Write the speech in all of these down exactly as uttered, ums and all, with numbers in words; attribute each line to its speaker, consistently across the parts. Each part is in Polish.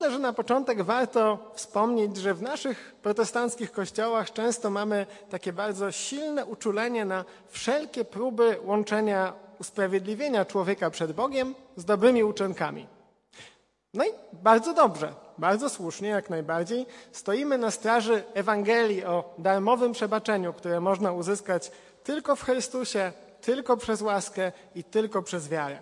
Speaker 1: Myślę, że na początek warto wspomnieć, że w naszych protestanckich kościołach często mamy takie bardzo silne uczulenie na wszelkie próby łączenia usprawiedliwienia człowieka przed Bogiem z dobrymi uczynkami. No i bardzo dobrze, bardzo słusznie, jak najbardziej. Stoimy na straży Ewangelii o darmowym przebaczeniu, które można uzyskać tylko w Chrystusie, tylko przez łaskę i tylko przez wiarę.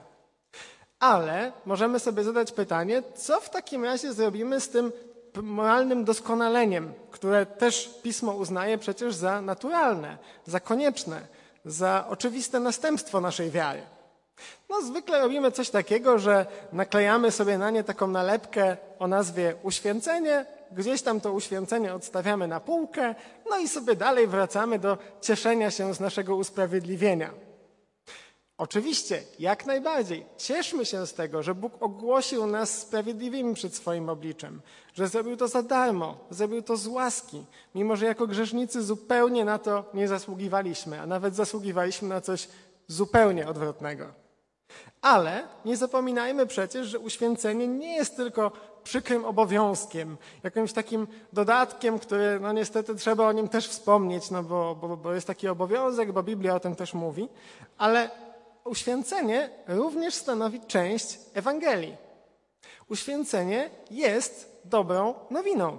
Speaker 1: Ale możemy sobie zadać pytanie, co w takim razie zrobimy z tym moralnym doskonaleniem, które też Pismo uznaje przecież za naturalne, za konieczne, za oczywiste następstwo naszej wiary. No zwykle robimy coś takiego, że naklejamy sobie na nie taką nalepkę o nazwie uświęcenie, gdzieś tam to uświęcenie odstawiamy na półkę, no i sobie dalej wracamy do cieszenia się z naszego usprawiedliwienia. Oczywiście, jak najbardziej, cieszmy się z tego, że Bóg ogłosił nas sprawiedliwymi przed swoim obliczem, że zrobił to za darmo, zrobił to z łaski, mimo że jako grzesznicy zupełnie na to nie zasługiwaliśmy, a nawet zasługiwaliśmy na coś zupełnie odwrotnego. Ale nie zapominajmy przecież, że uświęcenie nie jest tylko przykrym obowiązkiem, jakimś takim dodatkiem, który no niestety trzeba o nim też wspomnieć, no bo, bo, bo jest taki obowiązek, bo Biblia o tym też mówi, ale uświęcenie również stanowi część Ewangelii. Uświęcenie jest dobrą nowiną.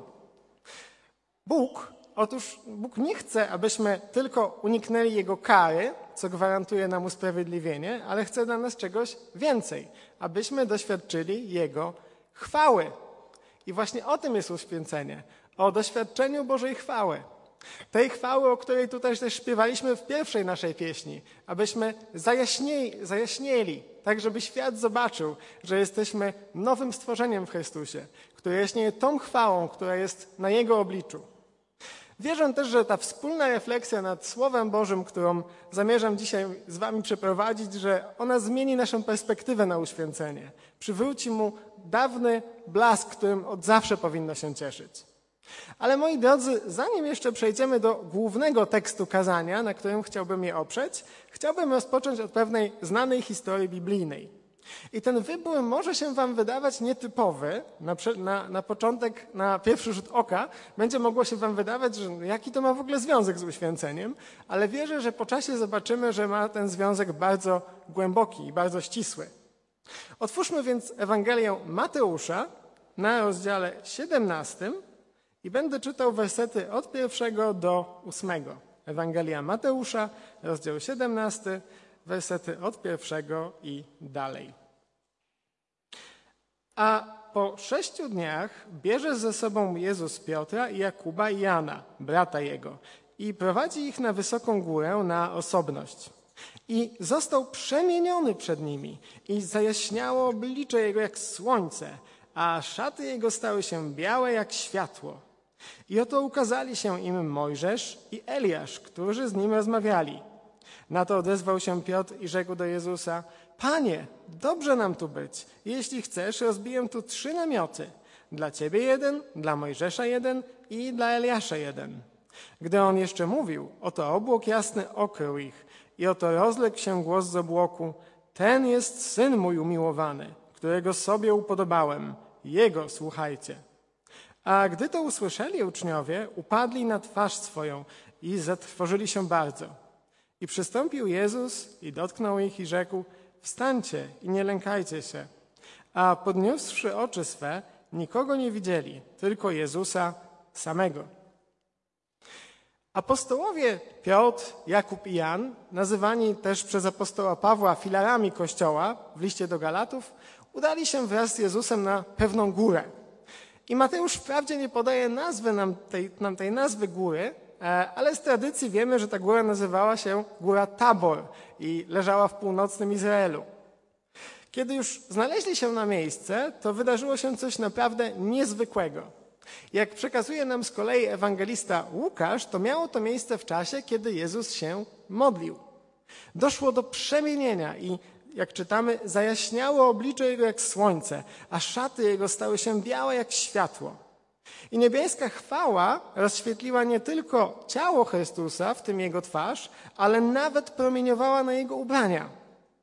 Speaker 1: Bóg, otóż Bóg nie chce, abyśmy tylko uniknęli Jego kary, co gwarantuje nam usprawiedliwienie, ale chce dla nas czegoś więcej, abyśmy doświadczyli Jego chwały. I właśnie o tym jest uświęcenie, o doświadczeniu Bożej chwały. Tej chwały, o której tutaj też śpiewaliśmy w pierwszej naszej pieśni, abyśmy zajaśnieli, zajaśnieli, tak żeby świat zobaczył, że jesteśmy nowym stworzeniem w Chrystusie, które jaśnieje tą chwałą, która jest na Jego obliczu. Wierzę też, że ta wspólna refleksja nad Słowem Bożym, którą zamierzam dzisiaj z wami przeprowadzić, że ona zmieni naszą perspektywę na uświęcenie, przywróci mu dawny blask, którym od zawsze powinno się cieszyć. Ale moi drodzy, zanim jeszcze przejdziemy do głównego tekstu kazania, na którym chciałbym je oprzeć, chciałbym rozpocząć od pewnej znanej historii biblijnej. I ten wybór może się wam wydawać nietypowy, na, na, na początek, na pierwszy rzut oka, będzie mogło się wam wydawać, że jaki to ma w ogóle związek z uświęceniem, ale wierzę, że po czasie zobaczymy, że ma ten związek bardzo głęboki i bardzo ścisły. Otwórzmy więc Ewangelię Mateusza na rozdziale siedemnastym, i będę czytał wersety od pierwszego do ósmego. Ewangelia Mateusza, rozdział siedemnasty, wersety od pierwszego i dalej. A po sześciu dniach bierze ze sobą Jezus Piotra i Jakuba i Jana, brata jego, i prowadzi ich na wysoką górę na osobność. I został przemieniony przed nimi i zajaśniało oblicze jego jak słońce, a szaty jego stały się białe jak światło. I oto ukazali się im Mojżesz i Eliasz, którzy z nim rozmawiali. Na to odezwał się Piotr i rzekł do Jezusa: Panie, dobrze nam tu być. Jeśli chcesz, rozbiję tu trzy namioty. Dla ciebie jeden, dla Mojżesza jeden i dla Eliasza jeden. Gdy on jeszcze mówił, oto obłok jasny okrył ich i oto rozległ się głos z obłoku: Ten jest Syn mój umiłowany, którego sobie upodobałem. Jego słuchajcie. A gdy to usłyszeli uczniowie, upadli na twarz swoją i zatrwożyli się bardzo. I przystąpił Jezus i dotknął ich i rzekł: Wstańcie i nie lękajcie się. A podniósłszy oczy swe, nikogo nie widzieli, tylko Jezusa samego. Apostołowie Piotr, Jakub i Jan, nazywani też przez apostoła Pawła filarami Kościoła w liście do Galatów, udali się wraz z Jezusem na pewną górę. I Mateusz wprawdzie nie podaje nazwy nam tej, nam tej nazwy góry, ale z tradycji wiemy, że ta góra nazywała się Góra Tabor i leżała w północnym Izraelu. Kiedy już znaleźli się na miejsce, to wydarzyło się coś naprawdę niezwykłego. Jak przekazuje nam z kolei ewangelista Łukasz, to miało to miejsce w czasie, kiedy Jezus się modlił. Doszło do przemienienia i, jak czytamy, zajaśniało oblicze Jego jak słońce, a szaty Jego stały się białe jak światło. I niebieska chwała rozświetliła nie tylko ciało Chrystusa, w tym Jego twarz, ale nawet promieniowała na Jego ubrania.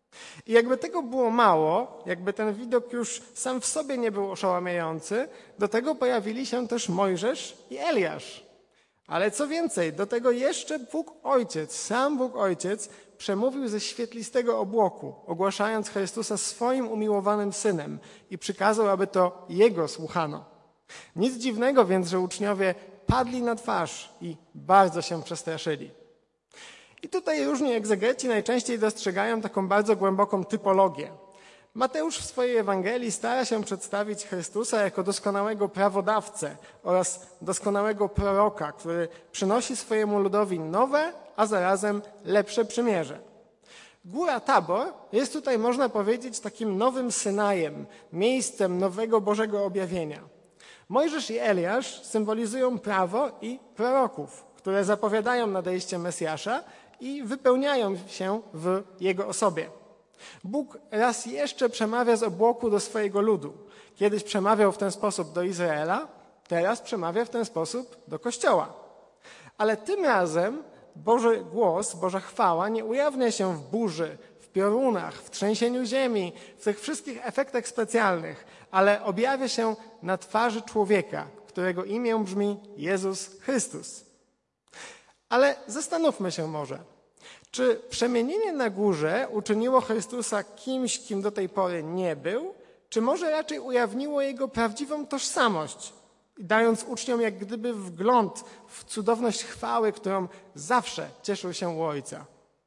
Speaker 1: I jakby tego było mało, jakby ten widok już sam w sobie nie był oszałamiający, do tego pojawili się też Mojżesz i Eliasz. Ale co więcej, do tego jeszcze Bóg Ojciec, sam Bóg Ojciec przemówił ze świetlistego obłoku, ogłaszając Chrystusa swoim umiłowanym Synem i przykazał, aby to Jego słuchano. Nic dziwnego więc, że uczniowie padli na twarz i bardzo się przestraszyli. I tutaj różni egzegeci najczęściej dostrzegają taką bardzo głęboką typologię. Mateusz w swojej Ewangelii stara się przedstawić Chrystusa jako doskonałego prawodawcę oraz doskonałego proroka, który przynosi swojemu ludowi nowe, a zarazem lepsze przymierze. Góra Tabor jest tutaj, można powiedzieć, takim nowym Synajem, miejscem nowego Bożego objawienia. Mojżesz i Eliasz symbolizują prawo i proroków, które zapowiadają nadejście Mesjasza i wypełniają się w Jego osobie. Bóg raz jeszcze przemawia z obłoku do swojego ludu. Kiedyś przemawiał w ten sposób do Izraela, teraz przemawia w ten sposób do Kościoła. Ale tym razem Boży głos, Boża chwała nie ujawnia się w burzy, w piorunach, w trzęsieniu ziemi, w tych wszystkich efektach specjalnych, ale objawia się na twarzy człowieka, którego imię brzmi Jezus Chrystus. Ale zastanówmy się może, czy przemienienie na górze uczyniło Chrystusa kimś, kim do tej pory nie był, czy może raczej ujawniło Jego prawdziwą tożsamość, dając uczniom jak gdyby wgląd w cudowność chwały, którą zawsze cieszył się u Ojca?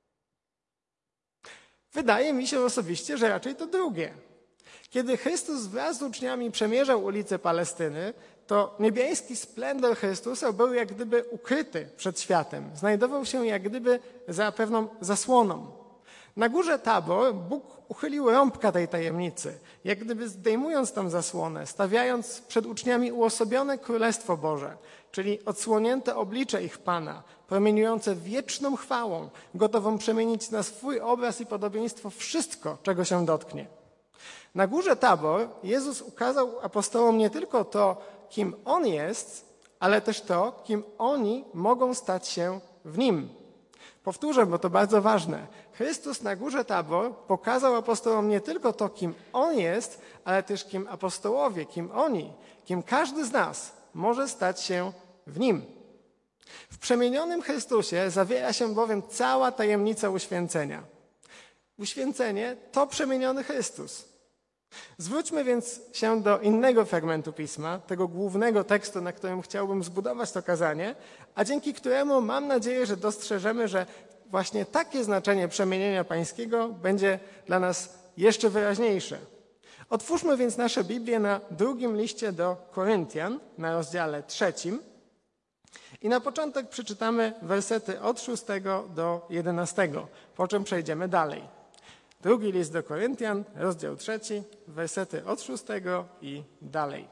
Speaker 1: Wydaje mi się osobiście, że raczej to drugie. Kiedy Chrystus wraz z uczniami przemierzał ulice Palestyny, to niebieski splendor Chrystusa był jak gdyby ukryty przed światem. Znajdował się jak gdyby za pewną zasłoną. Na górze Tabor Bóg uchylił rąbka tej tajemnicy, jak gdyby zdejmując tą zasłonę, stawiając przed uczniami uosobione Królestwo Boże, czyli odsłonięte oblicze ich Pana, promieniujące wieczną chwałą, gotową przemienić na swój obraz i podobieństwo wszystko, czego się dotknie. Na górze Tabor Jezus ukazał apostołom nie tylko to, kim On jest, ale też to, kim oni mogą stać się w Nim. Powtórzę, bo to bardzo ważne. Chrystus na górze Tabor pokazał apostołom nie tylko to, kim On jest, ale też kim apostołowie, kim oni, kim każdy z nas może stać się w Nim. W przemienionym Chrystusie zawiera się bowiem cała tajemnica uświęcenia. Uświęcenie to przemieniony Chrystus. Zwróćmy więc się do innego fragmentu Pisma, tego głównego tekstu, na którym chciałbym zbudować to kazanie, a dzięki któremu mam nadzieję, że dostrzeżemy, że właśnie takie znaczenie przemienienia pańskiego będzie dla nas jeszcze wyraźniejsze. Otwórzmy więc nasze Biblię na drugim liście do Koryntian, na rozdziale trzecim i na początek przeczytamy wersety od szóstego do jedenastego, po czym przejdziemy dalej. Drugi list do Koryntian, rozdział trzeci, wersety od szóstego i dalej.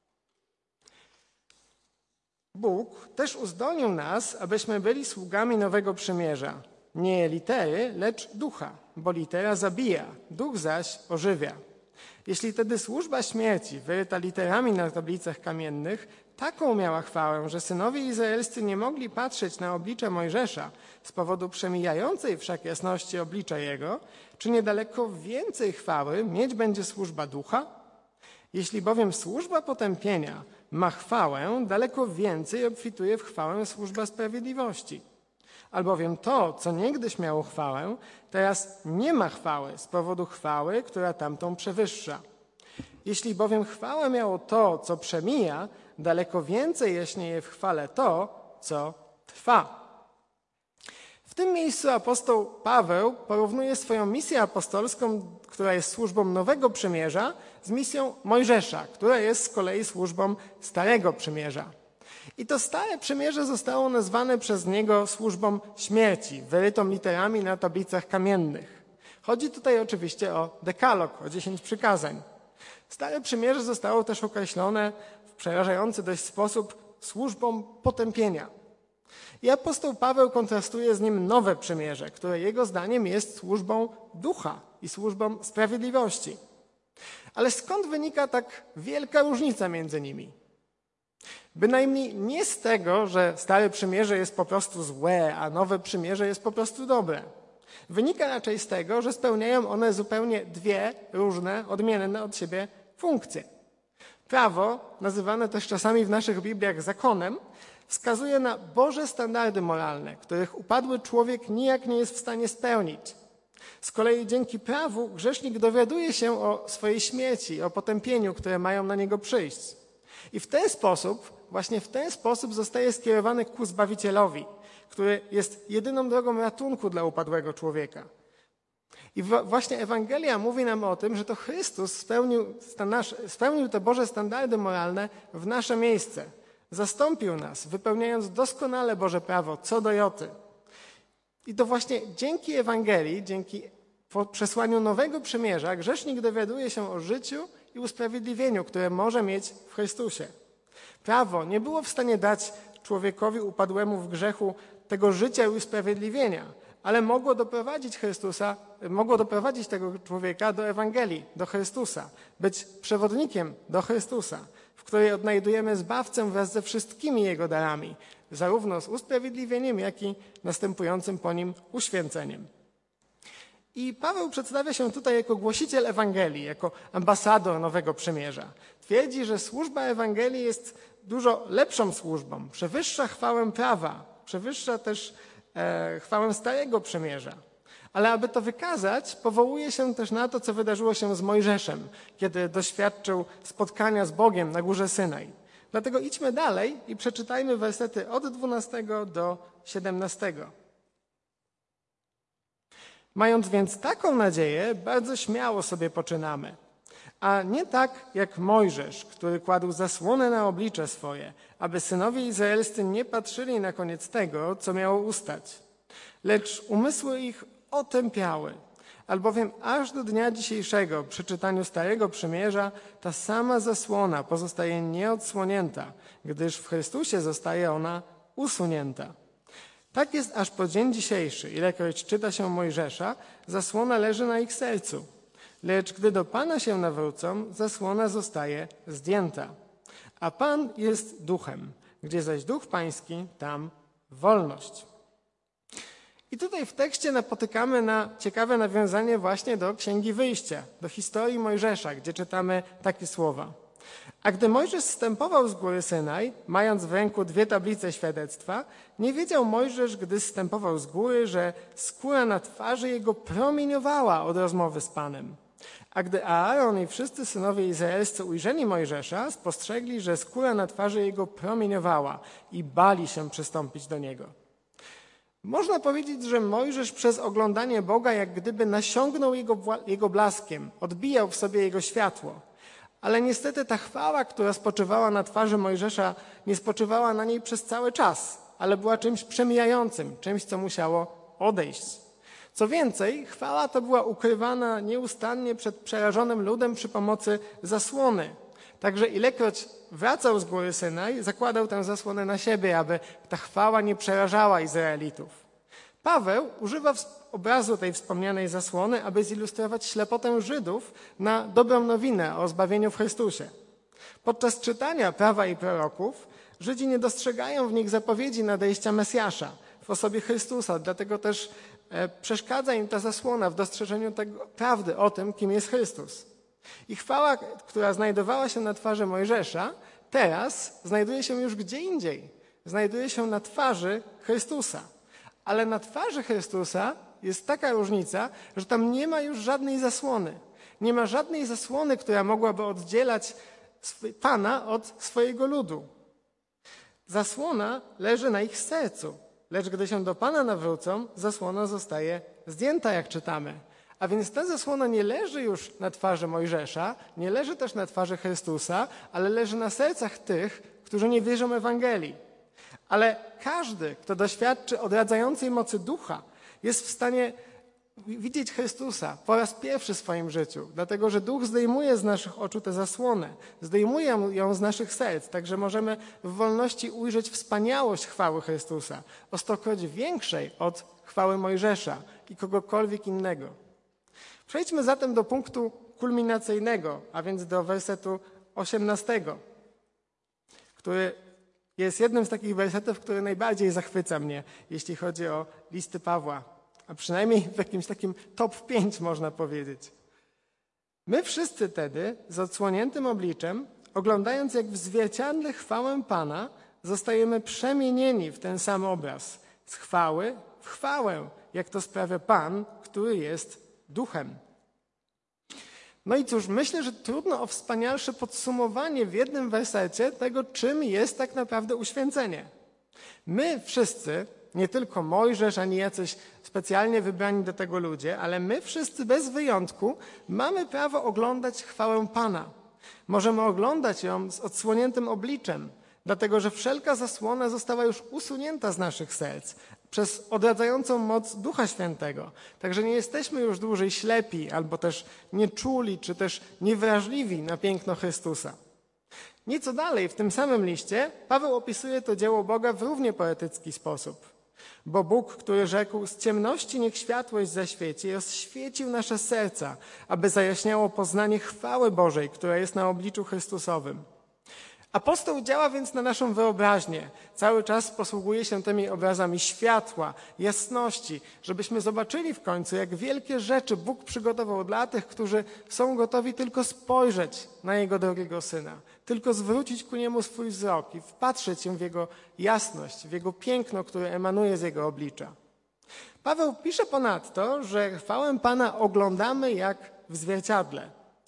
Speaker 1: Bóg też uzdolnił nas, abyśmy byli sługami nowego przymierza. Nie litery, lecz ducha, bo litera zabija, duch zaś ożywia. Jeśli tedy służba śmierci, wyryta literami na tablicach kamiennych, taką miała chwałę, że synowie izraelscy nie mogli patrzeć na oblicze Mojżesza z powodu przemijającej wszak jasności oblicza jego, czy niedaleko więcej chwały mieć będzie służba ducha? Jeśli bowiem służba potępienia ma chwałę, daleko więcej obfituje w chwałę służba sprawiedliwości. Albowiem to, co niegdyś miało chwałę, teraz nie ma chwały z powodu chwały, która tamtą przewyższa. Jeśli bowiem chwałę miało to, co przemija, daleko więcej jaśnieje w chwale to, co trwa. W tym miejscu apostoł Paweł porównuje swoją misję apostolską, która jest służbą Nowego Przymierza, z misją Mojżesza, która jest z kolei służbą Starego Przymierza. I to Stare Przymierze zostało nazwane przez niego służbą śmierci, wyrytą literami na tablicach kamiennych. Chodzi tutaj oczywiście o dekalog, o dziesięć przykazań. Stare Przymierze zostało też określone w przerażający dość sposób służbą potępienia. I apostoł Paweł kontrastuje z nim Nowe Przymierze, które jego zdaniem jest służbą ducha i służbą sprawiedliwości. Ale skąd wynika tak wielka różnica między nimi? Bynajmniej nie z tego, że Stare Przymierze jest po prostu złe, a Nowe Przymierze jest po prostu dobre. Wynika raczej z tego, że spełniają one zupełnie dwie różne, odmienne od siebie funkcje. Prawo, nazywane też czasami w naszych Bibliach zakonem, wskazuje na Boże standardy moralne, których upadły człowiek nijak nie jest w stanie spełnić. Z kolei dzięki prawu grzesznik dowiaduje się o swojej śmierci, o potępieniu, które mają na niego przyjść. I w ten sposób, właśnie w ten sposób zostaje skierowany ku Zbawicielowi, który jest jedyną drogą ratunku dla upadłego człowieka. I właśnie Ewangelia mówi nam o tym, że to Chrystus spełnił, spełnił te Boże standardy moralne w nasze miejsce. Zastąpił nas, wypełniając doskonale Boże prawo, co do joty. I to właśnie dzięki Ewangelii, dzięki przesłaniu nowego przymierza, grzesznik dowiaduje się o życiu i usprawiedliwieniu, które może mieć w Chrystusie. Prawo nie było w stanie dać człowiekowi upadłemu w grzechu tego życia i usprawiedliwienia, ale mogło doprowadzić Chrystusa, mogło doprowadzić tego człowieka do Ewangelii, do Chrystusa, być przewodnikiem do Chrystusa, w której odnajdujemy Zbawcę wraz ze wszystkimi Jego darami, zarówno z usprawiedliwieniem, jak i następującym po nim uświęceniem. I Paweł przedstawia się tutaj jako głosiciel Ewangelii, jako ambasador Nowego Przymierza. Twierdzi, że służba Ewangelii jest dużo lepszą służbą, przewyższa chwałę prawa, przewyższa też e, chwałę Starego Przymierza. Ale aby to wykazać, powołuje się też na to, co wydarzyło się z Mojżeszem, kiedy doświadczył spotkania z Bogiem na górze Synaj. Dlatego idźmy dalej i przeczytajmy wersety od dwunastego do siedemnastego. Mając więc taką nadzieję, bardzo śmiało sobie poczynamy. A nie tak jak Mojżesz, który kładł zasłonę na oblicze swoje, aby synowie izraelscy nie patrzyli na koniec tego, co miało ustać. Lecz umysły ich otępiały, albowiem aż do dnia dzisiejszego przy czytaniu Starego Przymierza ta sama zasłona pozostaje nieodsłonięta, gdyż w Chrystusie zostaje ona usunięta. Tak jest aż po dzień dzisiejszy, ilekroć czyta się Mojżesza, zasłona leży na ich sercu. Lecz gdy do Pana się nawrócą, zasłona zostaje zdjęta. A Pan jest duchem, gdzie zaś duch pański, tam wolność. I tutaj w tekście napotykamy na ciekawe nawiązanie właśnie do Księgi Wyjścia, do historii Mojżesza, gdzie czytamy takie słowa. A gdy Mojżesz zstępował z góry Synaj, mając w ręku dwie tablice świadectwa, nie wiedział Mojżesz, gdy zstępował z góry, że skóra na twarzy jego promieniowała od rozmowy z Panem. A gdy Aaron i wszyscy synowie izraelscy ujrzeli Mojżesza, spostrzegli, że skóra na twarzy jego promieniowała i bali się przystąpić do niego. Można powiedzieć, że Mojżesz przez oglądanie Boga jak gdyby nasiągnął jego, jego blaskiem, odbijał w sobie jego światło. Ale niestety ta chwała, która spoczywała na twarzy Mojżesza, nie spoczywała na niej przez cały czas, ale była czymś przemijającym, czymś, co musiało odejść. Co więcej, chwała ta była ukrywana nieustannie przed przerażonym ludem przy pomocy zasłony. Także ilekroć wracał z góry Synaj, zakładał tę zasłonę na siebie, aby ta chwała nie przerażała Izraelitów. Paweł używa obrazu tej wspomnianej zasłony, aby zilustrować ślepotę Żydów na dobrą nowinę o zbawieniu w Chrystusie. Podczas czytania prawa i proroków Żydzi nie dostrzegają w nich zapowiedzi nadejścia Mesjasza w osobie Chrystusa, dlatego też e, przeszkadza im ta zasłona w dostrzeżeniu tego, prawdy o tym, kim jest Chrystus. I chwała, która znajdowała się na twarzy Mojżesza, teraz znajduje się już gdzie indziej. Znajduje się na twarzy Chrystusa. Ale na twarzy Chrystusa jest taka różnica, że tam nie ma już żadnej zasłony. Nie ma żadnej zasłony, która mogłaby oddzielać Pana od swojego ludu. Zasłona leży na ich sercu, lecz gdy się do Pana nawrócą, zasłona zostaje zdjęta, jak czytamy. A więc ta zasłona nie leży już na twarzy Mojżesza, nie leży też na twarzy Chrystusa, ale leży na sercach tych, którzy nie wierzą Ewangelii. Ale każdy, kto doświadczy odradzającej mocy ducha, jest w stanie widzieć Chrystusa po raz pierwszy w swoim życiu, dlatego że duch zdejmuje z naszych oczu tę zasłonę, zdejmuje ją z naszych serc, także możemy w wolności ujrzeć wspaniałość chwały Chrystusa, o stokroć większej od chwały Mojżesza i kogokolwiek innego. Przejdźmy zatem do punktu kulminacyjnego, a więc do wersetu osiemnastego, który jest jednym z takich wersetów, który najbardziej zachwyca mnie, jeśli chodzi o listy Pawła, a przynajmniej w jakimś takim top pięć można powiedzieć. My wszyscy tedy z odsłoniętym obliczem, oglądając jak w zwierciadle chwałę Pana, zostajemy przemienieni w ten sam obraz, z chwały w chwałę, jak to sprawia Pan, który jest Duchem. No i cóż, myślę, że trudno o wspanialsze podsumowanie w jednym wersecie tego, czym jest tak naprawdę uświęcenie. My wszyscy, nie tylko Mojżesz, ani jacyś specjalnie wybrani do tego ludzie, ale my wszyscy bez wyjątku mamy prawo oglądać chwałę Pana. Możemy oglądać ją z odsłoniętym obliczem, dlatego że wszelka zasłona została już usunięta z naszych serc przez odradzającą moc Ducha Świętego. Także nie jesteśmy już dłużej ślepi, albo też nieczuli, czy też niewrażliwi na piękno Chrystusa. Nieco dalej, w tym samym liście, Paweł opisuje to dzieło Boga w równie poetycki sposób. Bo Bóg, który rzekł, z ciemności niech światłość zaświeci, i rozświecił nasze serca, aby zajaśniało poznanie chwały Bożej, która jest na obliczu Chrystusowym. Apostoł działa więc na naszą wyobraźnię. Cały czas posługuje się tymi obrazami światła, jasności, żebyśmy zobaczyli w końcu, jak wielkie rzeczy Bóg przygotował dla tych, którzy są gotowi tylko spojrzeć na Jego drogiego Syna, tylko zwrócić ku Niemu swój wzrok i wpatrzeć się w Jego jasność, w Jego piękno, które emanuje z Jego oblicza. Paweł pisze ponadto, że chwałę Pana oglądamy jak w zwierciadle.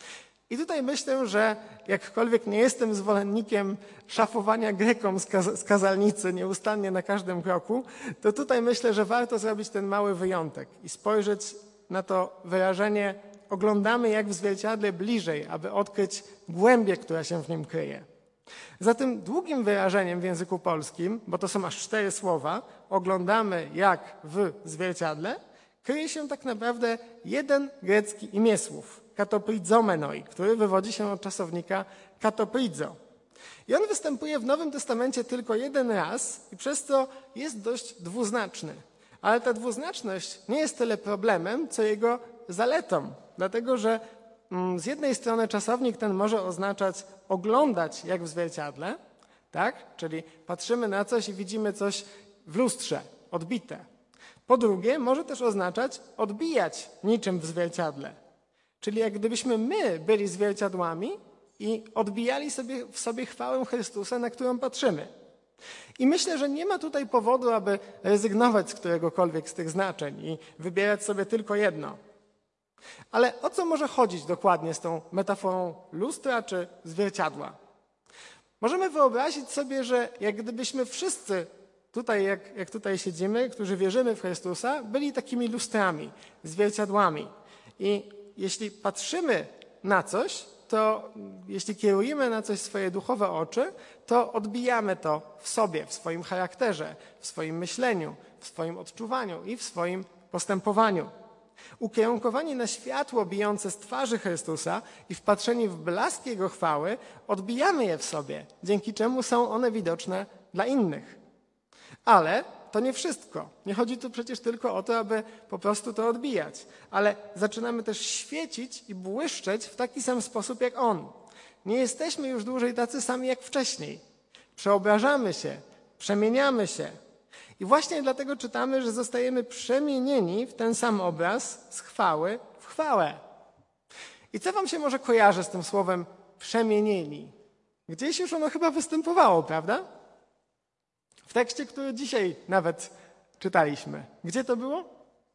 Speaker 1: I tutaj myślę, że jakkolwiek nie jestem zwolennikiem szafowania Grekom z, kaz- z kazalnicy nieustannie na każdym kroku, to tutaj myślę, że warto zrobić ten mały wyjątek i spojrzeć na to wyrażenie oglądamy jak w zwierciadle bliżej, aby odkryć głębię, która się w nim kryje. Za tym długim wyrażeniem w języku polskim, bo to są aż cztery słowa, oglądamy jak w zwierciadle, kryje się tak naprawdę jeden grecki imiesłów, katopridzomenoi, który wywodzi się od czasownika katopridzo. I on występuje w Nowym Testamencie tylko jeden raz i przez to jest dość dwuznaczny. Ale ta dwuznaczność nie jest tyle problemem, co jego zaletą, dlatego że mm, z jednej strony czasownik ten może oznaczać oglądać jak w zwierciadle, tak? Czyli patrzymy na coś i widzimy coś w lustrze, odbite. Po drugie, może też oznaczać odbijać niczym w zwierciadle. Czyli jak gdybyśmy my byli zwierciadłami i odbijali sobie w sobie chwałę Chrystusa, na którą patrzymy. I myślę, że nie ma tutaj powodu, aby rezygnować z któregokolwiek z tych znaczeń i wybierać sobie tylko jedno. Ale o co może chodzić dokładnie z tą metaforą lustra czy zwierciadła? Możemy wyobrazić sobie, że jak gdybyśmy wszyscy tutaj, jak, jak tutaj siedzimy, którzy wierzymy w Chrystusa, byli takimi lustrami, zwierciadłami. I jeśli patrzymy na coś, to jeśli kierujemy na coś swoje duchowe oczy, to odbijamy to w sobie, w swoim charakterze, w swoim myśleniu, w swoim odczuwaniu i w swoim postępowaniu. Ukierunkowani na światło bijące z twarzy Chrystusa i wpatrzeni w blask Jego chwały, odbijamy je w sobie, dzięki czemu są one widoczne dla innych. Ale to nie wszystko. Nie chodzi tu przecież tylko o to, aby po prostu to odbijać, ale zaczynamy też świecić i błyszczeć w taki sam sposób jak On. Nie jesteśmy już dłużej tacy sami jak wcześniej. Przeobrażamy się, przemieniamy się. I właśnie dlatego czytamy, że zostajemy przemienieni w ten sam obraz z chwały w chwałę. I co wam się może kojarzy z tym słowem przemienieni? Gdzieś już ono chyba występowało, prawda? W tekście, który dzisiaj nawet czytaliśmy. Gdzie to było?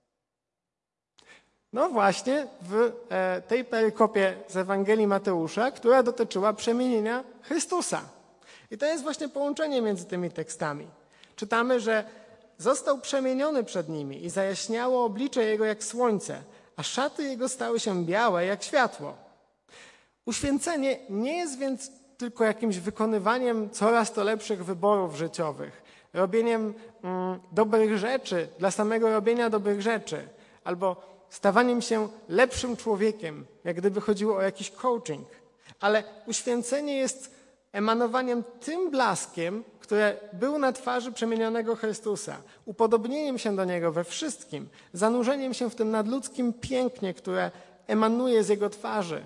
Speaker 1: No właśnie w tej perykopie z Ewangelii Mateusza, która dotyczyła przemienienia Chrystusa. I to jest właśnie połączenie między tymi tekstami. Czytamy, że został przemieniony przed nimi i zajaśniało oblicze Jego jak słońce, a szaty Jego stały się białe jak światło. Uświęcenie nie jest więc tylko jakimś wykonywaniem coraz to lepszych wyborów życiowych, robieniem mm, dobrych rzeczy dla samego robienia dobrych rzeczy, albo stawaniem się lepszym człowiekiem, jak gdyby chodziło o jakiś coaching. Ale uświęcenie jest emanowaniem tym blaskiem, które był na twarzy przemienionego Chrystusa, upodobnieniem się do Niego we wszystkim, zanurzeniem się w tym nadludzkim pięknie, które emanuje z Jego twarzy.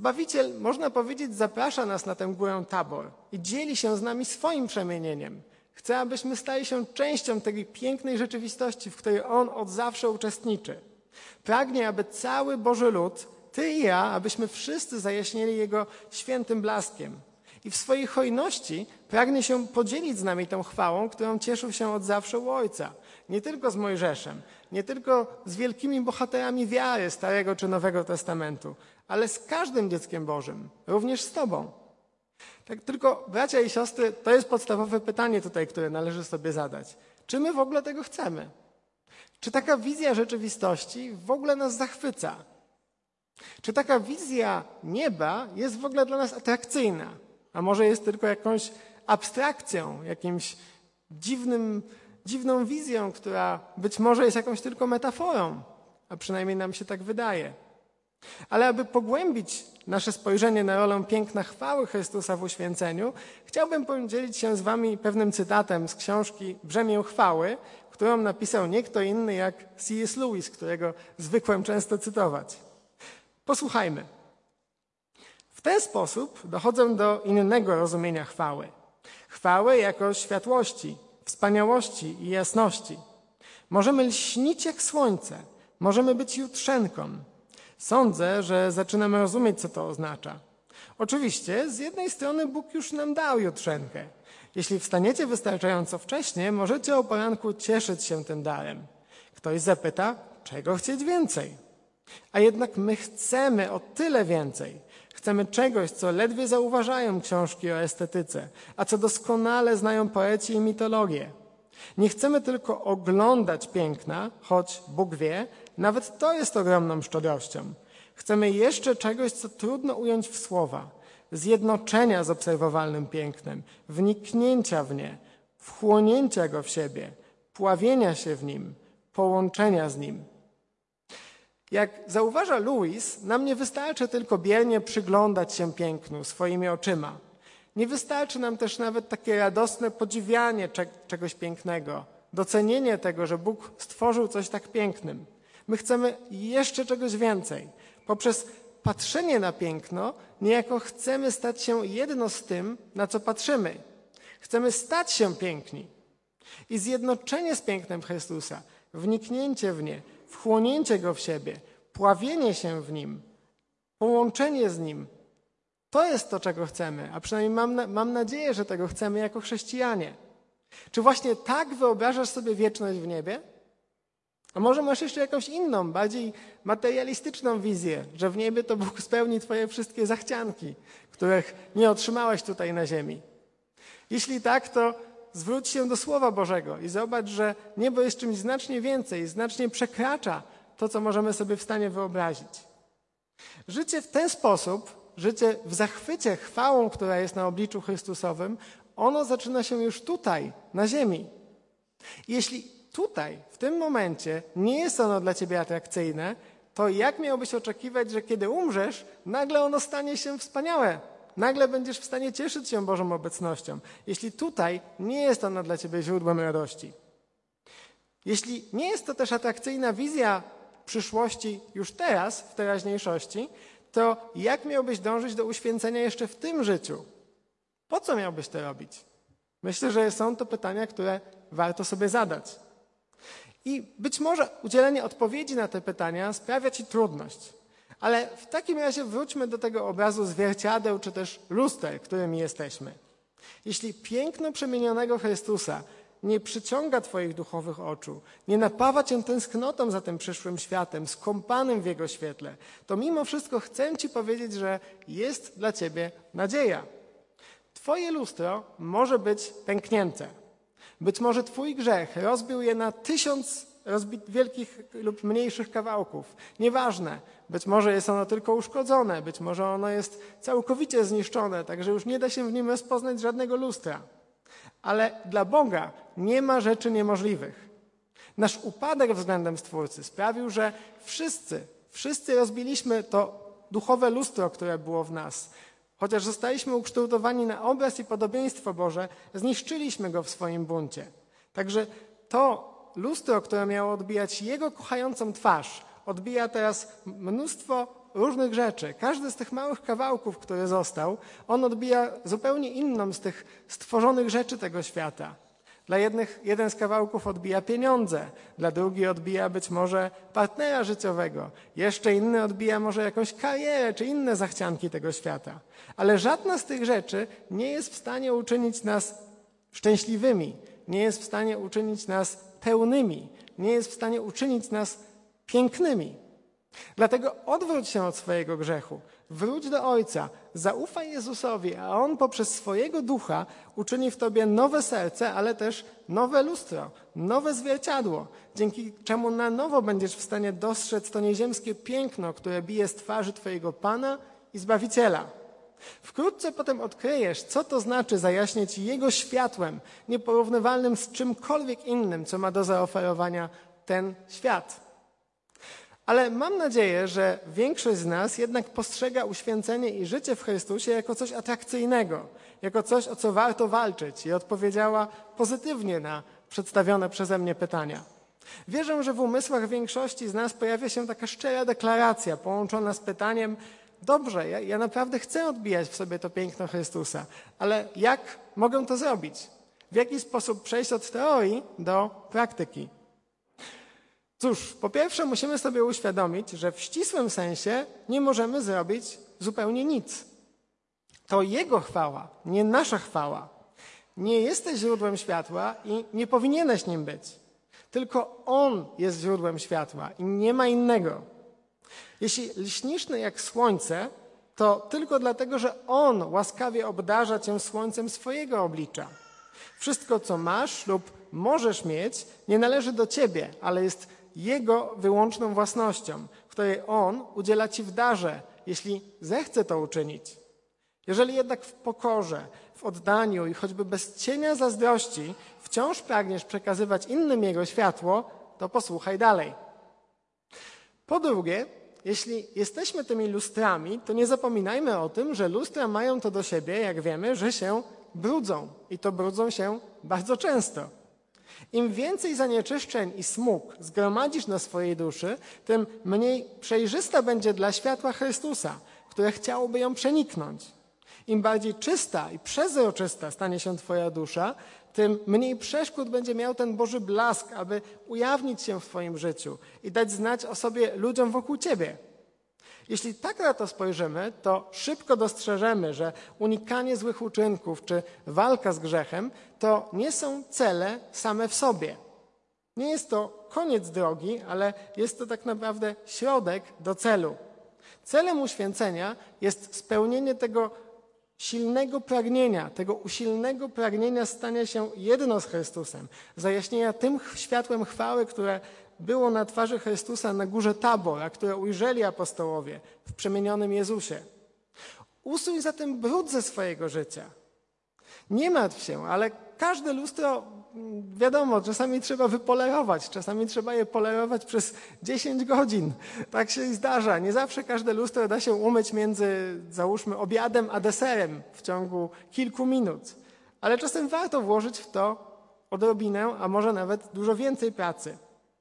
Speaker 1: Zbawiciel, można powiedzieć, zaprasza nas na tę górę Tabor i dzieli się z nami swoim przemienieniem. Chce, abyśmy stali się częścią tej pięknej rzeczywistości, w której On od zawsze uczestniczy. Pragnie, aby cały Boży lud, ty i ja, abyśmy wszyscy zajaśnieli Jego świętym blaskiem. I w swojej hojności pragnie się podzielić z nami tą chwałą, którą cieszył się od zawsze u Ojca. Nie tylko z Mojżeszem, nie tylko z wielkimi bohaterami wiary Starego czy Nowego Testamentu, ale z każdym dzieckiem Bożym, również z Tobą. Tak tylko, bracia i siostry, to jest podstawowe pytanie tutaj, które należy sobie zadać. Czy my w ogóle tego chcemy? Czy taka wizja rzeczywistości w ogóle nas zachwyca? Czy taka wizja nieba jest w ogóle dla nas atrakcyjna? A może jest tylko jakąś abstrakcją, jakimś dziwnym, dziwną wizją, która być może jest jakąś tylko metaforą, a przynajmniej nam się tak wydaje. Ale aby pogłębić nasze spojrzenie na rolę piękna chwały Chrystusa w uświęceniu, chciałbym podzielić się z wami pewnym cytatem z książki Brzemię chwały, którą napisał nie kto inny jak C S Lewis, którego zwykłem często cytować. Posłuchajmy. W ten sposób dochodzę do innego rozumienia chwały. Chwały jako światłości, wspaniałości i jasności. Możemy lśnić jak słońce, możemy być jutrzenką. Sądzę, że zaczynamy rozumieć, co to oznacza. Oczywiście, z jednej strony Bóg już nam dał jutrzenkę. Jeśli wstaniecie wystarczająco wcześnie, możecie o poranku cieszyć się tym darem. Ktoś zapyta, czego chcieć więcej? A jednak my chcemy o tyle więcej. Chcemy czegoś, co ledwie zauważają książki o estetyce, a co doskonale znają poeci i mitologię. Nie chcemy tylko oglądać piękna, choć Bóg wie, nawet to jest ogromną szczodrością. Chcemy jeszcze czegoś, co trudno ująć w słowa. Zjednoczenia z obserwowalnym pięknem, wniknięcia w nie, wchłonięcia go w siebie, pławienia się w nim, połączenia z nim. Jak zauważa Lewis, nam nie wystarczy tylko biernie przyglądać się pięknu swoimi oczyma. Nie wystarczy nam też nawet takie radosne podziwianie czegoś pięknego, docenienie tego, że Bóg stworzył coś tak pięknym. My chcemy jeszcze czegoś więcej. Poprzez patrzenie na piękno niejako chcemy stać się jedno z tym, na co patrzymy. Chcemy stać się piękni. I zjednoczenie z pięknem Chrystusa, wniknięcie w nie, wchłonięcie go w siebie, pławienie się w nim, połączenie z nim, to jest to, czego chcemy, a przynajmniej mam, na, mam nadzieję, że tego chcemy jako chrześcijanie. Czy właśnie tak wyobrażasz sobie wieczność w niebie? A może masz jeszcze jakąś inną, bardziej materialistyczną wizję, że w niebie to Bóg spełni twoje wszystkie zachcianki, których nie otrzymałeś tutaj na ziemi? Jeśli tak, to zwróć się do Słowa Bożego i zobacz, że niebo jest czymś znacznie więcej, znacznie przekracza to, co możemy sobie w stanie wyobrazić. Życie w ten sposób, życie w zachwycie chwałą, która jest na obliczu Chrystusowym, ono zaczyna się już tutaj, na ziemi. Jeśli tutaj, w tym momencie nie jest ono dla ciebie atrakcyjne, to jak miałbyś oczekiwać, że kiedy umrzesz, nagle ono stanie się wspaniałe? Nagle będziesz w stanie cieszyć się Bożą obecnością, jeśli tutaj nie jest ona dla ciebie źródłem radości. Jeśli nie jest to też atrakcyjna wizja przyszłości już teraz, w teraźniejszości, to jak miałbyś dążyć do uświęcenia jeszcze w tym życiu? Po co miałbyś to robić? Myślę, że są to pytania, które warto sobie zadać. I być może udzielenie odpowiedzi na te pytania sprawia ci trudność. Ale w takim razie wróćmy do tego obrazu zwierciadeł czy też luster, którymi jesteśmy. Jeśli piękno przemienionego Chrystusa nie przyciąga twoich duchowych oczu, nie napawa cię tęsknotą za tym przyszłym światem, skąpanym w Jego świetle, to mimo wszystko chcę ci powiedzieć, że jest dla ciebie nadzieja. Twoje lustro może być pęknięte. Być może twój grzech rozbił je na tysiąc rozbi- wielkich lub mniejszych kawałków. Nieważne. Być może jest ono tylko uszkodzone, być może ono jest całkowicie zniszczone, także już nie da się w nim rozpoznać żadnego lustra. Ale dla Boga nie ma rzeczy niemożliwych. Nasz upadek względem Stwórcy sprawił, że wszyscy, wszyscy rozbiliśmy to duchowe lustro, które było w nas. Chociaż zostaliśmy ukształtowani na obraz i podobieństwo Boże, zniszczyliśmy go w swoim buncie. Także to lustro, które miało odbijać Jego kochającą twarz, odbija teraz mnóstwo różnych rzeczy. Każdy z tych małych kawałków, który został, on odbija zupełnie inną z tych stworzonych rzeczy tego świata. Dla jednych jeden z kawałków odbija pieniądze, dla drugiego odbija być może partnera życiowego, jeszcze inny odbija może jakąś karierę czy inne zachcianki tego świata. Ale żadna z tych rzeczy nie jest w stanie uczynić nas szczęśliwymi, nie jest w stanie uczynić nas pełnymi, nie jest w stanie uczynić nas pięknymi. Dlatego odwróć się od swojego grzechu, wróć do Ojca, zaufaj Jezusowi, a On poprzez swojego ducha uczyni w tobie nowe serce, ale też nowe lustro, nowe zwierciadło, dzięki czemu na nowo będziesz w stanie dostrzec to nieziemskie piękno, które bije z twarzy twojego Pana i Zbawiciela. Wkrótce potem odkryjesz, co to znaczy zajaśnieć Jego światłem, nieporównywalnym z czymkolwiek innym, co ma do zaoferowania ten świat. Ale mam nadzieję, że większość z nas jednak postrzega uświęcenie i życie w Chrystusie jako coś atrakcyjnego, jako coś, o co warto walczyć i odpowiedziała pozytywnie na przedstawione przeze mnie pytania. Wierzę, że w umysłach większości z nas pojawia się taka szczera deklaracja połączona z pytaniem: dobrze, ja, ja naprawdę chcę odbijać w sobie to piękno Chrystusa, ale jak mogę to zrobić? W jaki sposób przejść od teorii do praktyki? Cóż, po pierwsze musimy sobie uświadomić, że w ścisłym sensie nie możemy zrobić zupełnie nic. To Jego chwała, nie nasza chwała. Nie jesteś źródłem światła i nie powinieneś nim być. Tylko On jest źródłem światła i nie ma innego. Jeśli lśnisz jak słońce, to tylko dlatego, że On łaskawie obdarza cię słońcem swojego oblicza. Wszystko, co masz lub możesz mieć, nie należy do ciebie, ale jest Jego wyłączną własnością, której On udziela ci w darze, jeśli zechce to uczynić. Jeżeli jednak w pokorze, w oddaniu i choćby bez cienia zazdrości wciąż pragniesz przekazywać innym Jego światło, to posłuchaj dalej. Po drugie, jeśli jesteśmy tymi lustrami, to nie zapominajmy o tym, że lustra mają to do siebie, jak wiemy, że się brudzą i to brudzą się bardzo często. Im więcej zanieczyszczeń i smug zgromadzisz na swojej duszy, tym mniej przejrzysta będzie dla światła Chrystusa, które chciałoby ją przeniknąć. Im bardziej czysta i przezroczysta stanie się twoja dusza, tym mniej przeszkód będzie miał ten Boży blask, aby ujawnić się w twoim życiu i dać znać o sobie ludziom wokół ciebie. Jeśli tak na to spojrzymy, to szybko dostrzeżemy, że unikanie złych uczynków czy walka z grzechem to nie są cele same w sobie. Nie jest to koniec drogi, ale jest to tak naprawdę środek do celu. Celem uświęcenia jest spełnienie tego silnego pragnienia, tego usilnego pragnienia stania się jedno z Chrystusem, zajaśnienia tym światłem chwały, które było na twarzy Chrystusa na górze Tabor, a które ujrzeli apostołowie w przemienionym Jezusie. Usuń zatem brud ze swojego życia. Nie martw się, ale każde lustro, wiadomo, czasami trzeba wypolerować, czasami trzeba je polerować przez dziesięć godzin. Tak się zdarza. Nie zawsze każde lustro da się umyć między, załóżmy, obiadem a deserem w ciągu kilku minut. Ale czasem warto włożyć w to odrobinę, a może nawet dużo więcej pracy.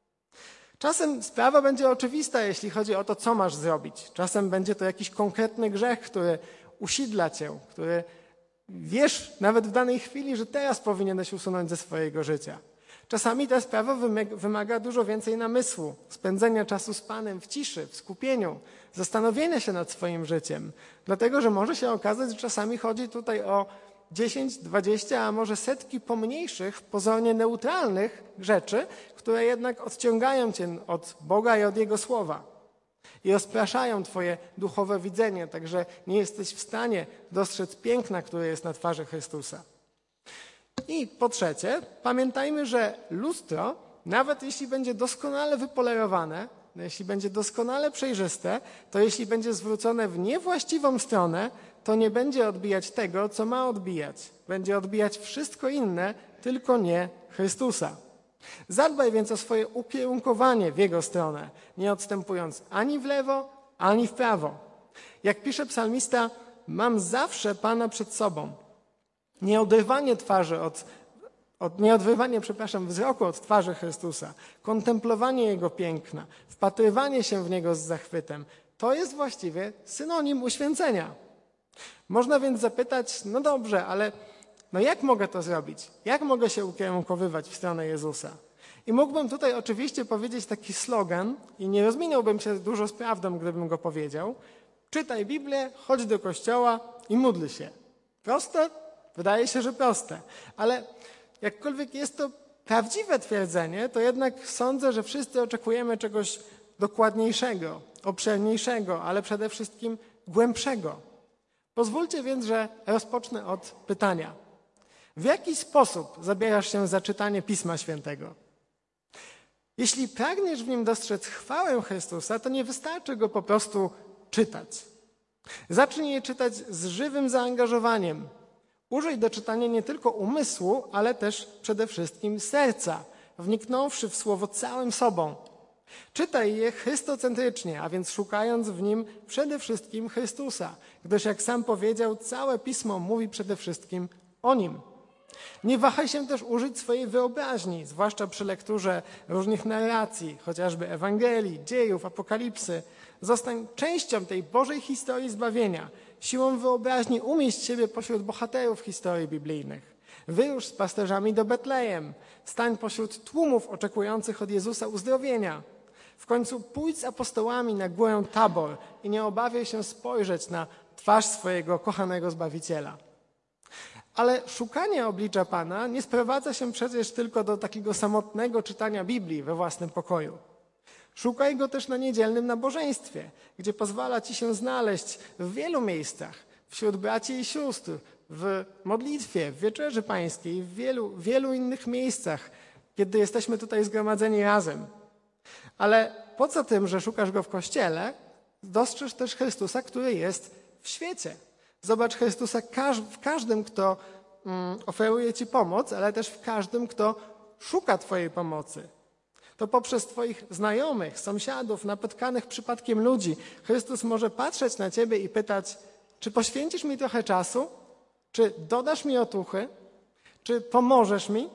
Speaker 1: Czasem sprawa będzie oczywista, jeśli chodzi o to, co masz zrobić. Czasem będzie to jakiś konkretny grzech, który usidla cię, który wiesz nawet w danej chwili, że teraz powinieneś usunąć ze swojego życia. Czasami ta sprawa wymaga dużo więcej namysłu, spędzenia czasu z Panem w ciszy, w skupieniu, zastanowienia się nad swoim życiem. Dlatego, że może się okazać, że czasami chodzi tutaj o dziesięć, dwadzieścia, a może setki pomniejszych, pozornie neutralnych rzeczy, które jednak odciągają cię od Boga i od Jego Słowa i rozpraszają twoje duchowe widzenie, także nie jesteś w stanie dostrzec piękna, które jest na twarzy Chrystusa. I po trzecie, pamiętajmy, że lustro, nawet jeśli będzie doskonale wypolerowane, jeśli będzie doskonale przejrzyste, to jeśli będzie zwrócone w niewłaściwą stronę, to nie będzie odbijać tego, co ma odbijać. Będzie odbijać wszystko inne, tylko nie Chrystusa. Zadbaj więc o swoje ukierunkowanie w Jego stronę, nie odstępując ani w lewo, ani w prawo. Jak pisze psalmista, mam zawsze Pana przed sobą. Nieoderwanie twarzy od, od nieodrywanie, przepraszam, wzroku od twarzy Chrystusa, kontemplowanie Jego piękna, wpatrywanie się w Niego z zachwytem, to jest właściwie synonim uświęcenia. Można więc zapytać, no dobrze, ale no jak mogę to zrobić? Jak mogę się ukierunkowywać w stronę Jezusa? I mógłbym tutaj oczywiście powiedzieć taki slogan i nie rozminąłbym się dużo z prawdą, gdybym go powiedział. Czytaj Biblię, chodź do kościoła i módl się. Proste? Wydaje się, że proste. Ale jakkolwiek jest to prawdziwe twierdzenie, to jednak sądzę, że wszyscy oczekujemy czegoś dokładniejszego, obszerniejszego, ale przede wszystkim głębszego. Pozwólcie więc, że rozpocznę od pytania. W jaki sposób zabierasz się za czytanie Pisma Świętego? Jeśli pragniesz w nim dostrzec chwałę Chrystusa, to nie wystarczy go po prostu czytać. Zacznij je czytać z żywym zaangażowaniem. Użyj do czytania nie tylko umysłu, ale też przede wszystkim serca, wniknąwszy w słowo całym sobą. Czytaj je chrystocentrycznie, a więc szukając w nim przede wszystkim Chrystusa, gdyż jak sam powiedział, całe Pismo mówi przede wszystkim o Nim. Nie wahaj się też użyć swojej wyobraźni, zwłaszcza przy lekturze różnych narracji, chociażby Ewangelii, dziejów, Apokalipsy. Zostań częścią tej Bożej historii zbawienia. Siłą wyobraźni umieść siebie pośród bohaterów historii biblijnych. Wyrusz z pasterzami do Betlejem. Stań pośród tłumów oczekujących od Jezusa uzdrowienia. W końcu pójdź z apostołami na górę Tabor i nie obawiaj się spojrzeć na twarz swojego kochanego Zbawiciela. Ale szukanie oblicza Pana nie sprowadza się przecież tylko do takiego samotnego czytania Biblii we własnym pokoju. Szukaj go też na niedzielnym nabożeństwie, gdzie pozwala ci się znaleźć w wielu miejscach, wśród braci i sióstr, w modlitwie, w wieczerzy pańskiej, w wielu, wielu innych miejscach, kiedy jesteśmy tutaj zgromadzeni razem. Ale poza tym, że szukasz go w kościele, dostrzeż też Chrystusa, który jest w świecie. Zobacz Chrystusa w każdym, kto mm, oferuje ci pomoc, ale też w każdym, kto szuka twojej pomocy. To poprzez twoich znajomych, sąsiadów, napotkanych przypadkiem ludzi Chrystus może patrzeć na ciebie i pytać, czy poświęcisz mi trochę czasu? Czy dodasz mi otuchy? Czy pomożesz mi?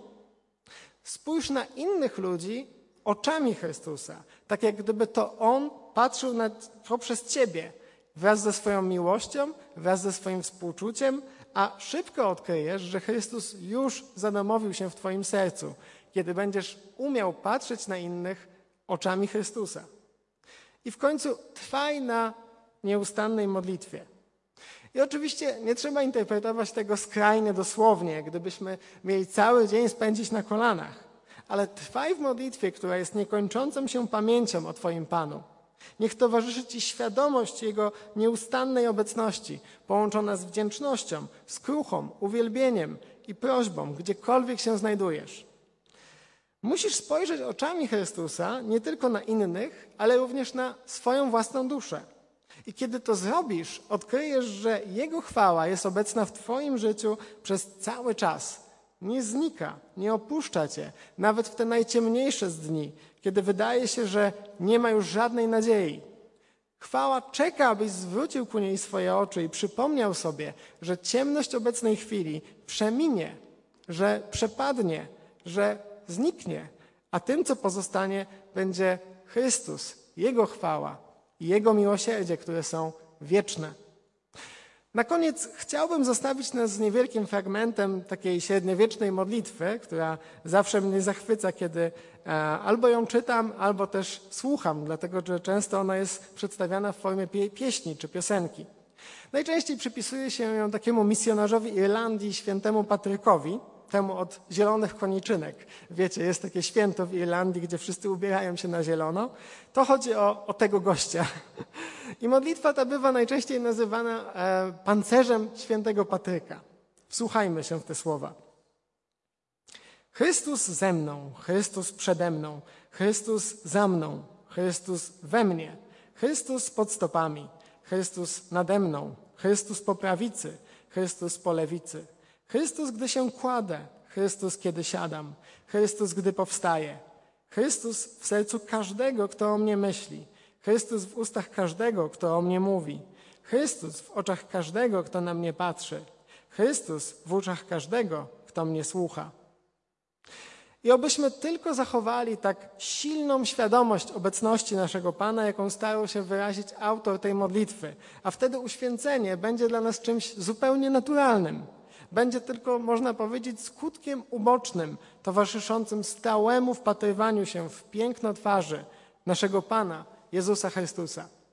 Speaker 1: Spójrz na innych ludzi oczami Chrystusa, tak jak gdyby to On patrzył na, poprzez ciebie, wraz ze swoją miłością, wraz ze swoim współczuciem, a szybko odkryjesz, że Chrystus już zadomowił się w twoim sercu, kiedy będziesz umiał patrzeć na innych oczami Chrystusa. I w końcu trwaj na nieustannej modlitwie. I oczywiście nie trzeba interpretować tego skrajnie dosłownie, gdybyśmy mieli cały dzień spędzić na kolanach, ale trwaj w modlitwie, która jest niekończącą się pamięcią o Twoim Panu. Niech towarzyszy Ci świadomość Jego nieustannej obecności, połączona z wdzięcznością, skruchą, uwielbieniem i prośbą, gdziekolwiek się znajdujesz. Musisz spojrzeć oczami Chrystusa nie tylko na innych, ale również na swoją własną duszę. I kiedy to zrobisz, odkryjesz, że Jego chwała jest obecna w Twoim życiu przez cały czas. Nie znika, nie opuszcza Cię, nawet w te najciemniejsze z dni, kiedy wydaje się, że nie ma już żadnej nadziei. Chwała czeka, abyś zwrócił ku niej swoje oczy i przypomniał sobie, że ciemność obecnej chwili przeminie, że przepadnie, że zniknie, a tym, co pozostanie, będzie Chrystus, Jego chwała i Jego miłosierdzie, które są wieczne. Na koniec chciałbym zostawić nas z niewielkim fragmentem takiej średniowiecznej modlitwy, która zawsze mnie zachwyca, kiedy albo ją czytam, albo też słucham, dlatego że często ona jest przedstawiana w formie pie- pieśni czy piosenki. Najczęściej przypisuje się ją takiemu misjonarzowi Irlandii, świętemu Patrykowi, temu od zielonych koniczynek. Wiecie, jest takie święto w Irlandii, gdzie wszyscy ubierają się na zielono. To chodzi o, o tego gościa. I modlitwa ta bywa najczęściej nazywana e, pancerzem świętego Patryka. Wsłuchajmy się w te słowa. Chrystus ze mną, Chrystus przede mną, Chrystus za mną, Chrystus we mnie, Chrystus pod stopami, Chrystus nade mną, Chrystus po prawicy, Chrystus po lewicy. Chrystus, gdy się kładę, Chrystus, kiedy siadam, Chrystus, gdy powstaję, Chrystus w sercu każdego, kto o mnie myśli, Chrystus w ustach każdego, kto o mnie mówi, Chrystus w oczach każdego, kto na mnie patrzy, Chrystus w uszach każdego, kto mnie słucha. I obyśmy tylko zachowali tak silną świadomość obecności naszego Pana, jaką starał się wyrazić autor tej modlitwy, a wtedy uświęcenie będzie dla nas czymś zupełnie naturalnym. będzie tylko, można powiedzieć, skutkiem ubocznym, towarzyszącym stałemu wpatrywaniu się w piękno twarzy naszego Pana Jezusa Chrystusa.